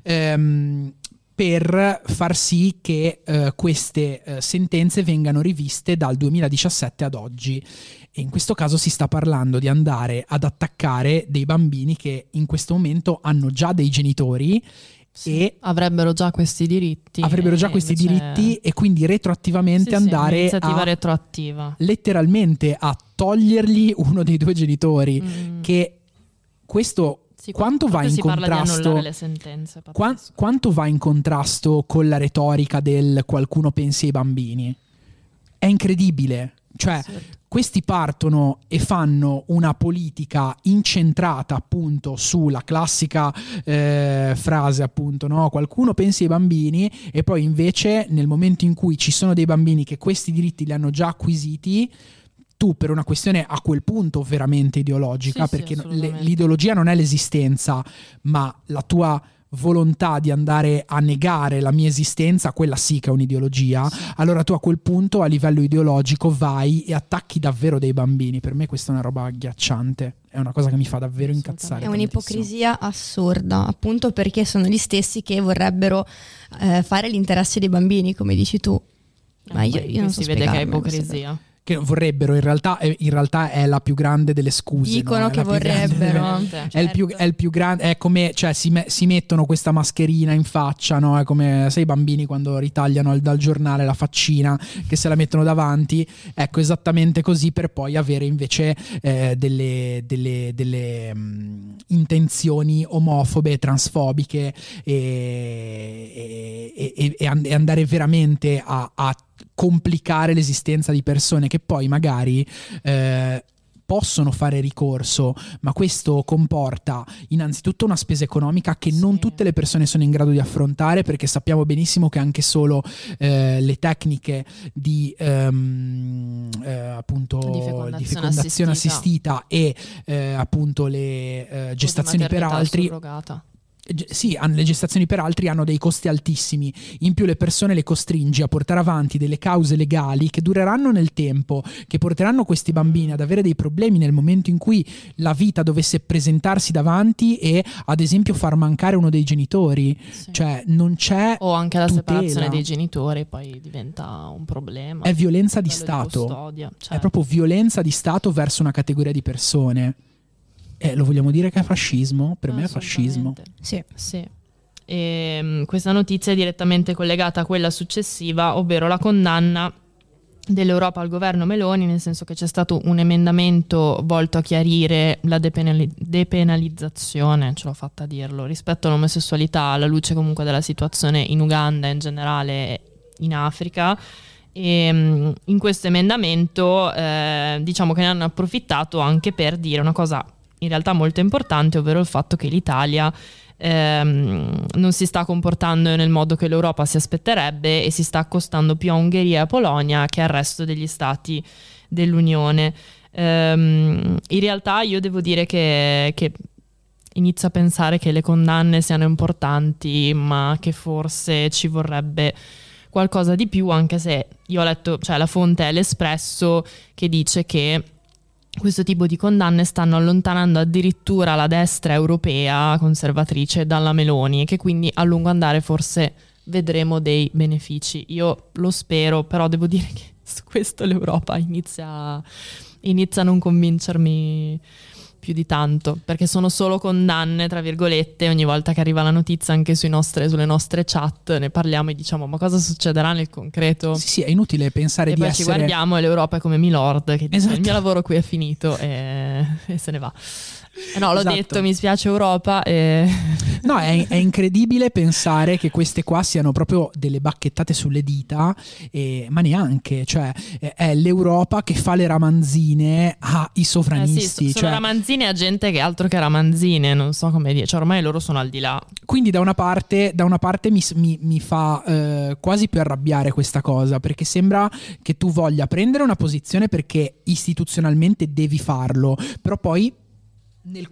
A: per far sì che queste sentenze vengano riviste dal 2017 ad oggi. E in questo caso si sta parlando di andare ad attaccare dei bambini che in questo momento hanno già dei genitori e
B: avrebbero già questi diritti.
A: E quindi retroattivamente andare
B: iniziativa retroattiva.
A: Letteralmente a togliergli uno dei due genitori, che questo quanto va in contrasto,
B: le sentenze,
A: quanto va in contrasto con la retorica del qualcuno pensi ai bambini. È incredibile. Cioè, questi partono e fanno una politica incentrata appunto sulla classica frase appunto, no? Qualcuno pensi ai bambini, e poi invece nel momento in cui ci sono dei bambini che questi diritti li hanno già acquisiti, tu per una questione a quel punto veramente ideologica, perché l'ideologia non è l'esistenza, ma la tua volontà di andare a negare la mia esistenza, quella sì che è un'ideologia. Allora tu a quel punto a livello ideologico vai e attacchi davvero dei bambini. Per me questa è una roba agghiacciante, è una cosa che mi fa davvero incazzare.
C: È un'ipocrisia assurda, appunto perché sono gli stessi che vorrebbero fare l'interesse dei bambini, come dici tu. Ma io non so
B: si vede che è
C: spiegarmelo,
B: ipocrisia.
A: Che vorrebbero, in realtà è la più grande delle scuse.
C: Dicono
A: no?
C: che vorrebbero.
A: È il più grande, è come, cioè si mettono questa mascherina in faccia, no? È come, sai, i bambini quando ritagliano dal giornale la faccina, che se la mettono davanti, ecco, esattamente così, per poi avere invece delle intenzioni omofobe, transfobiche e andare veramente a complicare l'esistenza di persone che poi magari possono fare ricorso, ma questo comporta innanzitutto una spesa economica che non tutte le persone sono in grado di affrontare, perché sappiamo benissimo che anche solo le tecniche di appunto di fecondazione assistita e appunto le gestazioni per altri. Sì, le gestazioni per altri hanno dei costi altissimi, in più le persone le costringi a portare avanti delle cause legali che dureranno nel tempo, che porteranno questi bambini ad avere dei problemi nel momento in cui la vita dovesse presentarsi davanti e ad esempio far mancare uno dei genitori, cioè non c'è
B: o anche la
A: tutela.
B: Separazione dei genitori poi diventa un problema,
A: è violenza di Stato, è proprio violenza di Stato verso una categoria di persone. Lo vogliamo dire che è fascismo? Per me è fascismo.
B: Sì. E, questa notizia è direttamente collegata a quella successiva, ovvero la condanna dell'Europa al governo Meloni, nel senso che c'è stato un emendamento volto a chiarire la depenalizzazione, ce l'ho fatta a dirlo, rispetto all'omosessualità, alla luce comunque della situazione in Uganda e in generale in Africa. E in questo emendamento diciamo che ne hanno approfittato anche per dire una cosa in realtà molto importante, ovvero il fatto che l'Italia non si sta comportando nel modo che l'Europa si aspetterebbe e si sta accostando più a Ungheria e a Polonia che al resto degli stati dell'Unione. In realtà io devo dire che inizio a pensare che le condanne siano importanti, ma che forse ci vorrebbe qualcosa di più, anche se io ho letto, cioè la fonte è l'Espresso, che dice che questo tipo di condanne stanno allontanando addirittura la destra europea conservatrice dalla Meloni e che quindi a lungo andare forse vedremo dei benefici. Io lo spero, però devo dire che su questo l'Europa inizia a non convincermi più di tanto, perché sono solo condanne tra virgolette. Ogni volta che arriva la notizia anche sulle nostre chat ne parliamo e diciamo ma cosa succederà nel concreto?
A: Sì, è inutile pensare
B: e
A: di
B: poi
A: essere...
B: ci guardiamo e l'Europa è come Milord che dice il mio lavoro qui è finito e se ne va. No, l'ho detto, mi spiace Europa.
A: No, è incredibile pensare che queste qua siano proprio delle bacchettate sulle dita, ma neanche, cioè è l'Europa che fa le ramanzine ai sovranisti.
B: Sono ramanzine a gente che altro che ramanzine, non so come dire, cioè ormai loro sono al di là.
A: Quindi da una parte mi fa quasi più arrabbiare questa cosa, perché sembra che tu voglia prendere una posizione perché istituzionalmente devi farlo, però poi nel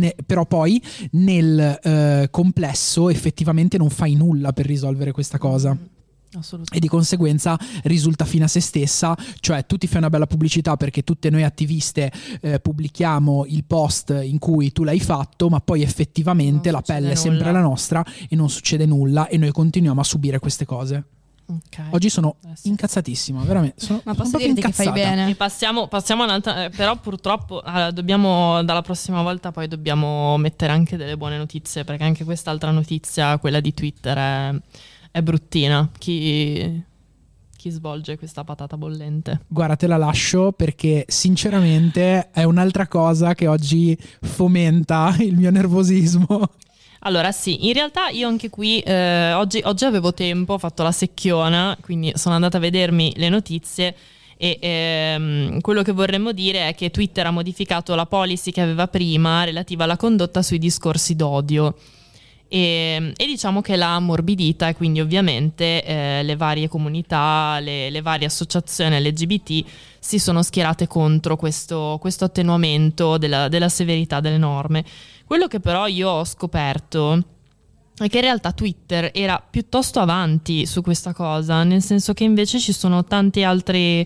A: complesso effettivamente non fai nulla per risolvere questa cosa. E di conseguenza risulta fine a se stessa, cioè tu ti fai una bella pubblicità perché tutte noi attiviste pubblichiamo il post in cui tu l'hai fatto, ma poi effettivamente la pelle è sempre la nostra e non succede nulla e noi continuiamo a subire queste cose. Okay. Oggi sono incazzatissima, veramente.
C: Ma posso dirti che fai bene?
B: E passiamo a un'altra, però purtroppo dobbiamo, dalla prossima volta poi dobbiamo mettere anche delle buone notizie, perché anche quest'altra notizia, quella di Twitter, è bruttina. Chi svolge questa patata bollente?
A: Guarda, te la lascio perché sinceramente è un'altra cosa che oggi fomenta il mio nervosismo.
B: Allora sì, in realtà io anche qui oggi avevo tempo, ho fatto la secchiona, quindi sono andata a vedermi le notizie e quello che vorremmo dire è che Twitter ha modificato la policy che aveva prima relativa alla condotta sui discorsi d'odio e diciamo che l'ha ammorbidita e quindi ovviamente le varie comunità, le varie associazioni LGBT si sono schierate contro questo attenuamento della severità delle norme. Quello che però io ho scoperto è che in realtà Twitter era piuttosto avanti su questa cosa, nel senso che invece ci sono tanti altri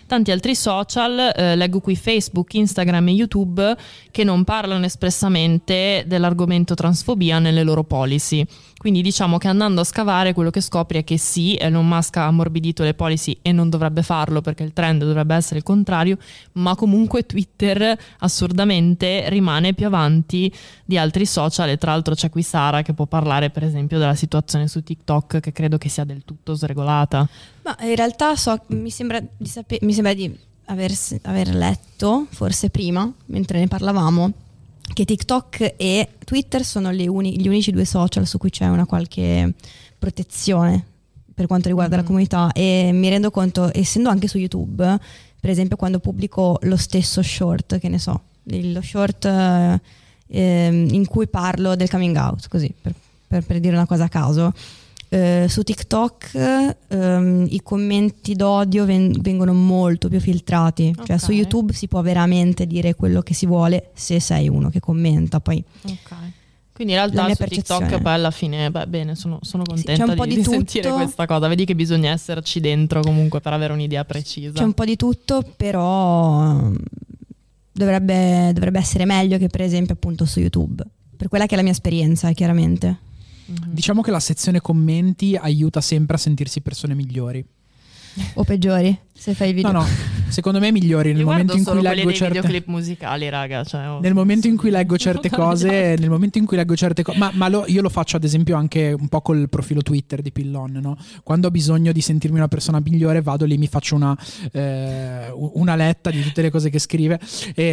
B: tanti altri social, leggo qui Facebook, Instagram e YouTube, che non parlano espressamente dell'argomento transfobia nelle loro policy. Quindi diciamo che andando a scavare quello che scopri è che sì, Elon Musk ha ammorbidito le policy e non dovrebbe farlo perché il trend dovrebbe essere il contrario, ma comunque Twitter assurdamente rimane più avanti di altri social. E tra l'altro c'è qui Sara che può parlare per esempio della situazione su TikTok, che credo che sia del tutto sregolata.
C: Ma in realtà mi sembra di aver letto, forse prima, mentre ne parlavamo, che TikTok e Twitter sono gli unici 2 social su cui c'è una qualche protezione per quanto riguarda la comunità. E mi rendo conto, essendo anche su YouTube, per esempio quando pubblico lo stesso short, che ne so, lo short in cui parlo del coming out, così per dire una cosa a caso, su TikTok i commenti d'odio vengono molto più filtrati. Cioè su YouTube si può veramente dire quello che si vuole se sei uno che commenta. Poi
B: quindi in realtà su TikTok poi alla fine bene, sono contenta di sentire questa cosa. Vedi che bisogna esserci dentro comunque per avere un'idea precisa.
C: C'è un po' di tutto, però dovrebbe essere meglio che per esempio appunto su YouTube, per quella che è la mia esperienza, chiaramente.
A: Diciamo che la sezione commenti aiuta sempre a sentirsi persone migliori.
C: O peggiori, se fai i video.
A: No, secondo me migliori nel momento in cui leggo certe
B: videoclip musicali, raga,
A: nel momento in cui leggo certe cose, ma io lo faccio ad esempio anche un po' col profilo Twitter di Pillon, no? Quando ho bisogno di sentirmi una persona migliore vado lì, mi faccio una letta di tutte le cose che scrive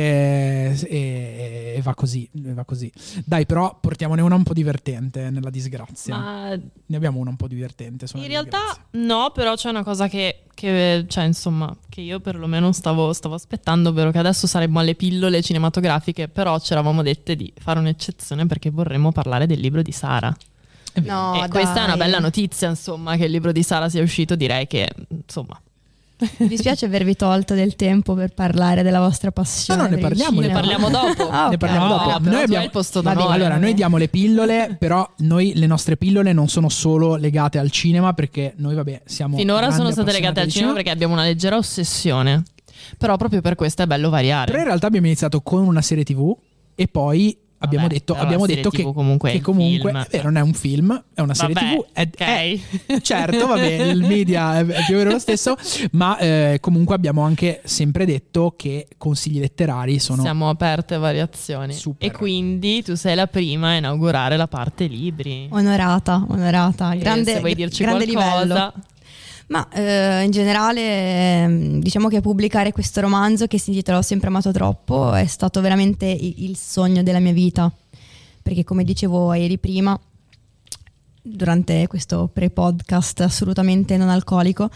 A: e va così. Dai, però portiamone una un po' divertente nella disgrazia. Ne abbiamo una un po' divertente.
B: In realtà no, però c'è una cosa che cioè insomma che io perlomeno stavo aspettando, ovvero che adesso saremmo alle pillole cinematografiche, però ci eravamo dette di fare un'eccezione perché vorremmo parlare del libro di Sara.
C: No,
B: questa è una bella notizia, insomma, che il libro di Sara sia uscito. Direi che insomma
C: mi dispiace avervi tolto del tempo per parlare della vostra passione.
A: No, ne parliamo
B: dopo.
A: Ne parliamo dopo.
B: Noi abbiamo il posto d'onore.
A: Allora, noi diamo le pillole, però le nostre pillole non sono solo legate al cinema, perché noi siamo
B: finora sono state legate al cinema perché abbiamo una leggera ossessione. Però proprio per questo è bello variare.
A: Però in realtà abbiamo iniziato con una serie TV e poi abbiamo detto che comunque non è un film, è una serie TV. Certo, il media è più o meno lo stesso, ma comunque abbiamo anche sempre detto che consigli letterari siamo
B: aperte a variazioni.
A: Super.
B: E quindi tu sei la prima a inaugurare la parte libri.
C: Onorata. Grande,
B: se vuoi dirci
C: grande
B: qualcosa.
C: Livello. Ma in generale diciamo che pubblicare questo romanzo, che si intitola Ho sempre amato troppo, è stato veramente il sogno della mia vita, perché come dicevo ieri prima durante questo pre-podcast assolutamente non alcolico,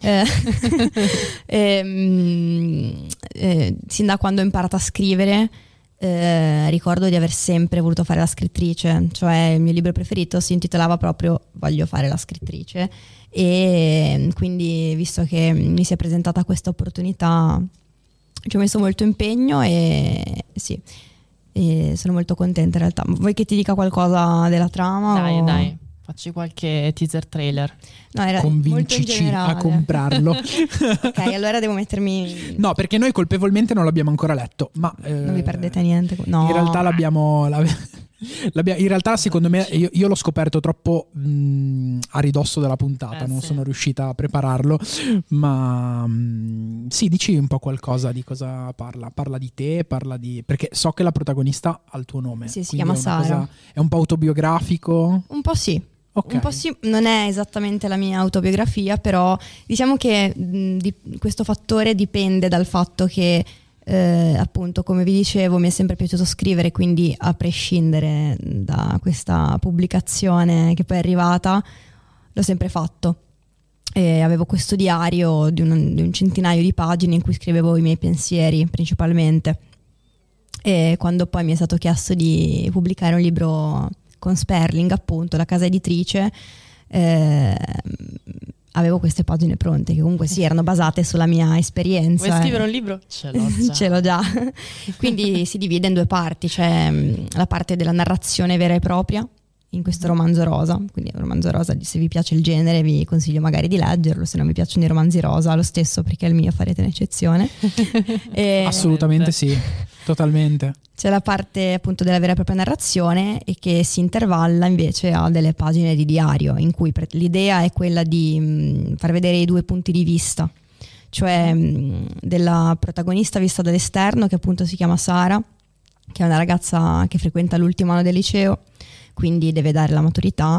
C: sin da quando ho imparato a scrivere ricordo di aver sempre voluto fare la scrittrice, cioè il mio libro preferito si intitolava proprio Voglio fare la scrittrice, e quindi visto che mi si è presentata questa opportunità ci ho messo molto impegno e sono molto contenta in realtà. Vuoi che ti dica qualcosa della trama?
B: Dai, facci qualche teaser trailer.
C: No, era
A: convincici a comprarlo.
C: Ok, allora devo mettermi...
A: No, perché noi colpevolmente non l'abbiamo ancora letto, ma
C: non vi perdete niente. No.
A: In realtà in realtà secondo me io l'ho scoperto troppo a ridosso della puntata, non sono riuscita a prepararlo, ma sì, dici un po' qualcosa di cosa parla di te, perché so che la protagonista ha il tuo nome.
C: Sì, si chiama Sara.
A: È un po' autobiografico? Un
C: po' sì.
A: Okay.
C: Un po' sì, non è esattamente la mia autobiografia, però diciamo che questo fattore dipende dal fatto che appunto, come vi dicevo, mi è sempre piaciuto scrivere, quindi a prescindere da questa pubblicazione che poi è arrivata l'ho sempre fatto. E avevo questo diario di un centinaio di pagine in cui scrivevo i miei pensieri principalmente, e quando poi mi è stato chiesto di pubblicare un libro con Sperling, appunto la casa editrice, avevo queste pagine pronte che comunque sì, erano basate sulla mia esperienza.
B: Vuoi scrivere un libro?
C: Ce l'ho già. Quindi si divide in 2 parti, c'è la parte della narrazione vera e propria, in questo romanzo rosa. Quindi un romanzo rosa, se vi piace il genere vi consiglio magari di leggerlo, se non vi piacciono i romanzi rosa lo stesso, perché il mio farete un'eccezione.
A: Assolutamente sì, totalmente.
C: C'è la parte appunto della vera e propria narrazione e che si intervalla invece a delle pagine di diario, in cui l'idea è quella di far vedere i due punti di vista, cioè della protagonista vista dall'esterno, che appunto si chiama Sara, che è una ragazza che frequenta l'ultimo anno del liceo, quindi deve dare la maturità,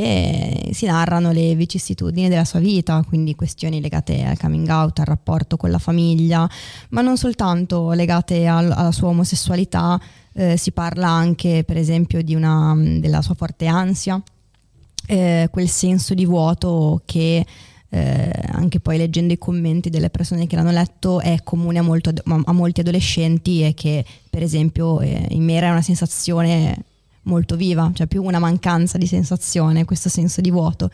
C: e si narrano le vicissitudini della sua vita, quindi questioni legate al coming out, al rapporto con la famiglia, ma non soltanto legate alla sua omosessualità. Si parla anche per esempio della sua forte ansia, quel senso di vuoto che anche poi leggendo i commenti delle persone che l'hanno letto è comune a molti adolescenti, e che per esempio in me era una sensazione molto viva, cioè più una mancanza di sensazione, questo senso di vuoto.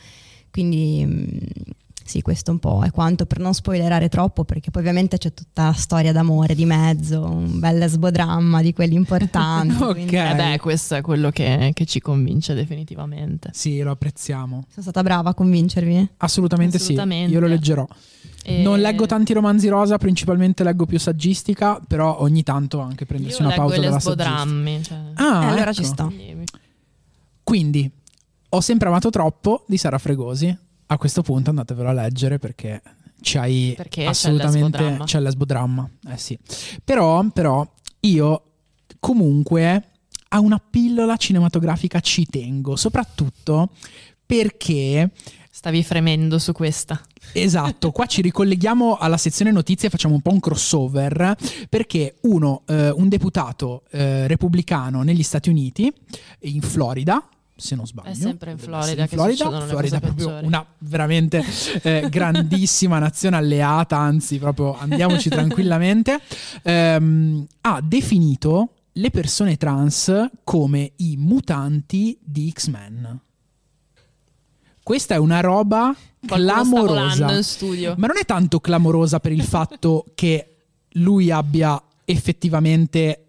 C: Quindi sì, questo un po' è quanto, per non spoilerare troppo, perché poi ovviamente c'è tutta la storia d'amore di mezzo, un bel lesbodramma di quelli importanti.
A: Ok.
B: Questo è quello che ci convince definitivamente.
A: Sì, lo apprezziamo.
C: Sono stata brava a convincervi?
A: Assolutamente. Sì, io lo leggerò. Non leggo tanti romanzi rosa, principalmente leggo più saggistica, però ogni tanto anche prendersi una pausa dalla saggistica.
B: Cioè.
C: Allora
A: ecco.
C: ci sta.
A: Quindi Ho sempre amato troppo di Sara Fregosi. A questo punto andatevelo a leggere perché assolutamente c'è il lesbodramma. Sì. Però io comunque a una pillola cinematografica ci tengo, soprattutto perché
B: stavi fremendo su questa.
A: Esatto, qua ci ricolleghiamo alla sezione notizie e facciamo un po' un crossover, perché un deputato repubblicano negli Stati Uniti, in Florida, se non sbaglio.
B: È sempre in Florida che succedono le cose
A: è proprio
B: peggiori.
A: una veramente grandissima nazione alleata, anzi proprio andiamoci tranquillamente, ha definito le persone trans come i mutanti di X-Men. Questa è una roba clamorosa,
B: in studio.
A: ma non è tanto clamorosa per il fatto che lui abbia effettivamente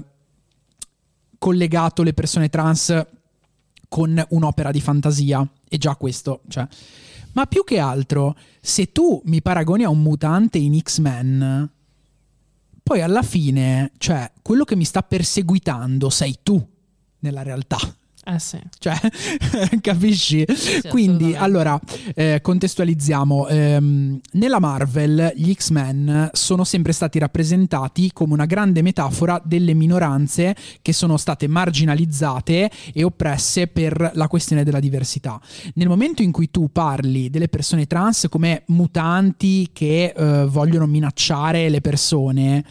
A: collegato le persone trans con un'opera di fantasia, e già questo, cioè. Ma più che altro, se tu mi paragoni a un mutante in X-Men, poi alla fine, cioè, quello che mi sta perseguitando sei tu nella realtà.
B: Sì.
A: Cioè, capisci?
B: Sì,
A: quindi, allora, contestualizziamo. Nella Marvel gli X-Men sono sempre stati rappresentati come una grande metafora delle minoranze che sono state marginalizzate e oppresse per la questione della diversità. Nel momento in cui tu parli delle persone trans come mutanti che vogliono minacciare le persone,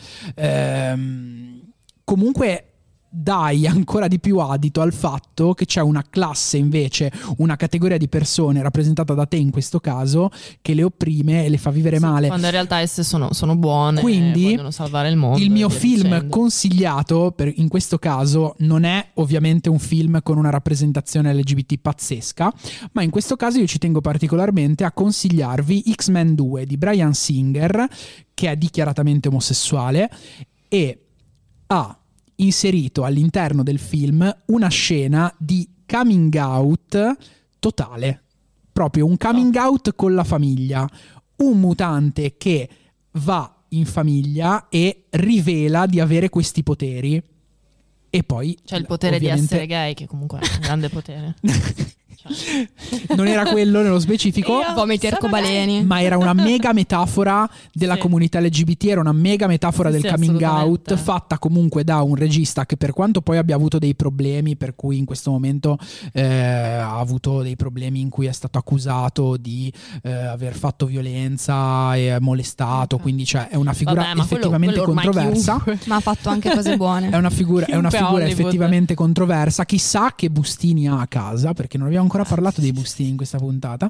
A: comunque dai ancora di più adito al fatto che c'è una classe, invece una categoria di persone rappresentata da te in questo caso, che le opprime e le fa vivere male,
B: quando in realtà esse sono buone.
A: Quindi
B: e vogliono salvare il mondo.
A: il mio film consigliato in questo caso non è ovviamente un film con una rappresentazione LGBT pazzesca, ma in questo caso io ci tengo particolarmente a consigliarvi X-Men 2 di Bryan Singer, che è dichiaratamente omosessuale e ha inserito all'interno del film una scena di coming out totale, proprio un coming out con la famiglia, un mutante che va in famiglia e rivela di avere questi poteri, e poi
B: c'è il potere di essere gay, che comunque è un grande potere.
A: Non era quello nello specifico,
C: vomiti arcobaleni,
A: ma era una mega metafora della comunità LGBT, era una mega metafora del coming out, fatta comunque da un regista che, per quanto poi abbia avuto dei problemi, per cui in questo momento ha avuto dei problemi in cui è stato accusato di aver fatto violenza e molestato, quindi cioè è una figura effettivamente controversa,
C: ma ha fatto anche cose buone.
A: È una figura effettivamente controversa. Chissà che bustini ha a casa, perché non abbiamo ancora parlato dei bustini in questa puntata.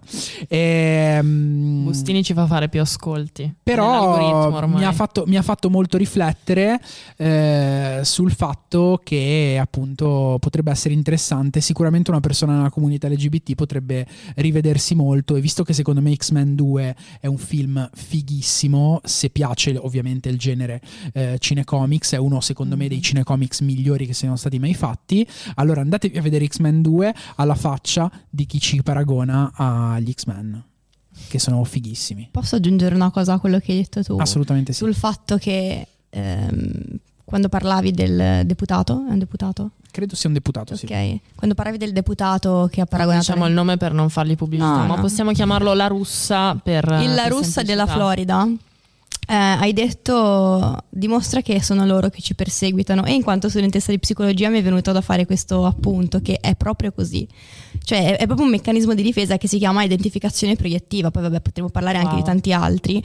B: Bustini ci fa fare più ascolti.
A: Però mi ha fatto molto riflettere sul fatto che appunto potrebbe essere interessante. Sicuramente una persona nella comunità LGBT potrebbe rivedersi molto, e visto che secondo me X-Men 2 è un film fighissimo, se piace ovviamente il genere cinecomics, è uno secondo me dei cinecomics migliori che siano stati mai fatti, allora andatevi a vedere X-Men 2 alla faccia di chi ci paragona agli X-Men, che sono fighissimi.
C: Posso aggiungere una cosa a quello che hai detto tu?
A: Assolutamente sì.
C: Sul fatto che quando parlavi del deputato, è un deputato?
A: Credo sia un deputato, sì.
C: Ok, quando parlavi del deputato che ha paragonato...
B: Diciamo il nome per non fargli pubblicità, ma possiamo chiamarlo La Russa per...
C: La Russa della Florida. Hai detto, dimostra che sono loro che ci perseguitano, e in quanto studentessa di psicologia mi è venuto da fare questo appunto, che è proprio così, cioè è proprio un meccanismo di difesa che si chiama identificazione proiettiva. Poi vabbè, potremmo parlare anche di tanti altri,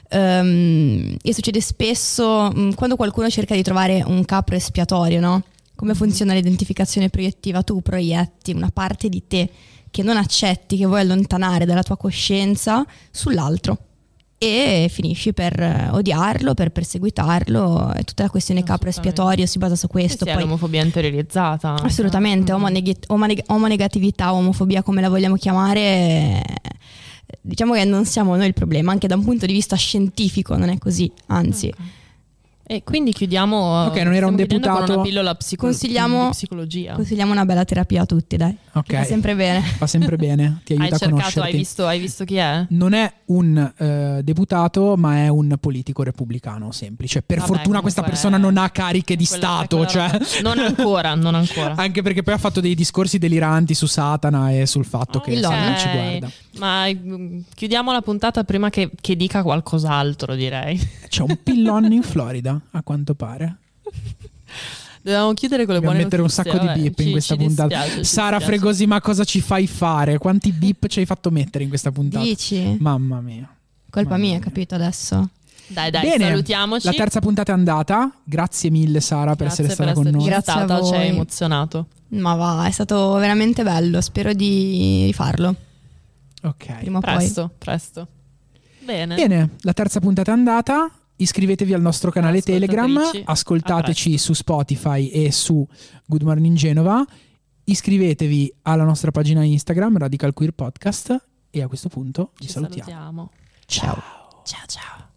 C: e succede spesso quando qualcuno cerca di trovare un capro espiatorio, no? Come funziona l'identificazione proiettiva? Tu proietti una parte di te che non accetti, che vuoi allontanare dalla tua coscienza, sull'altro, e finisci per odiarlo, per perseguitarlo. È tutta la questione capro espiatorio, si basa su questo.
B: Poi
C: poi
B: l'omofobia interiorizzata.
C: Assolutamente, omonegatività, omofobia, come la vogliamo chiamare, diciamo che non siamo noi il problema, anche da un punto di vista scientifico non è così, anzi.
B: Okay. E quindi chiudiamo.
A: Ok, non era un deputato.
B: Con una pillola di psicologia.
C: Consigliamo una bella terapia a tutti, dai.
A: Ok.
C: Fa sempre bene.
A: Fa sempre bene, ti aiuta a conoscerti.
B: Hai visto chi è?
A: Non è un deputato, ma è un politico repubblicano semplice. Per fortuna questa persona non ha cariche di Stato. Cioè.
B: Non ancora.
A: Anche perché poi ha fatto dei discorsi deliranti su Satana e sul fatto che non ci guarda.
B: Ma chiudiamo la puntata prima che dica qualcos'altro, direi.
A: C'è un pillon in Florida, a quanto pare.
B: Dobbiamo chiudere con le buone
A: mettere
B: notizie.
A: Un sacco di beep in questa puntata. Sara Fregosi, ma cosa ci fai fare? Quanti beep ci hai fatto mettere in questa puntata?
C: Dici?
A: Mamma mia.
C: Colpa mia, capito adesso?
B: Dai,
A: bene,
B: salutiamoci.
A: La terza puntata è andata. Grazie mille Sara per essere stata con noi.
C: Grazie a voi.
B: Ci hai emozionato.
C: Ma va, è stato veramente bello. Spero di rifarlo.
A: Ok.
C: Prima o
B: presto.
A: Bene, la terza puntata è andata. Iscrivetevi al nostro canale Telegram, ascoltateci su Spotify e su Good Morning Genova, iscrivetevi alla nostra pagina Instagram Radical Queer Podcast, e a questo punto vi salutiamo.
B: Ciao.
C: Ciao.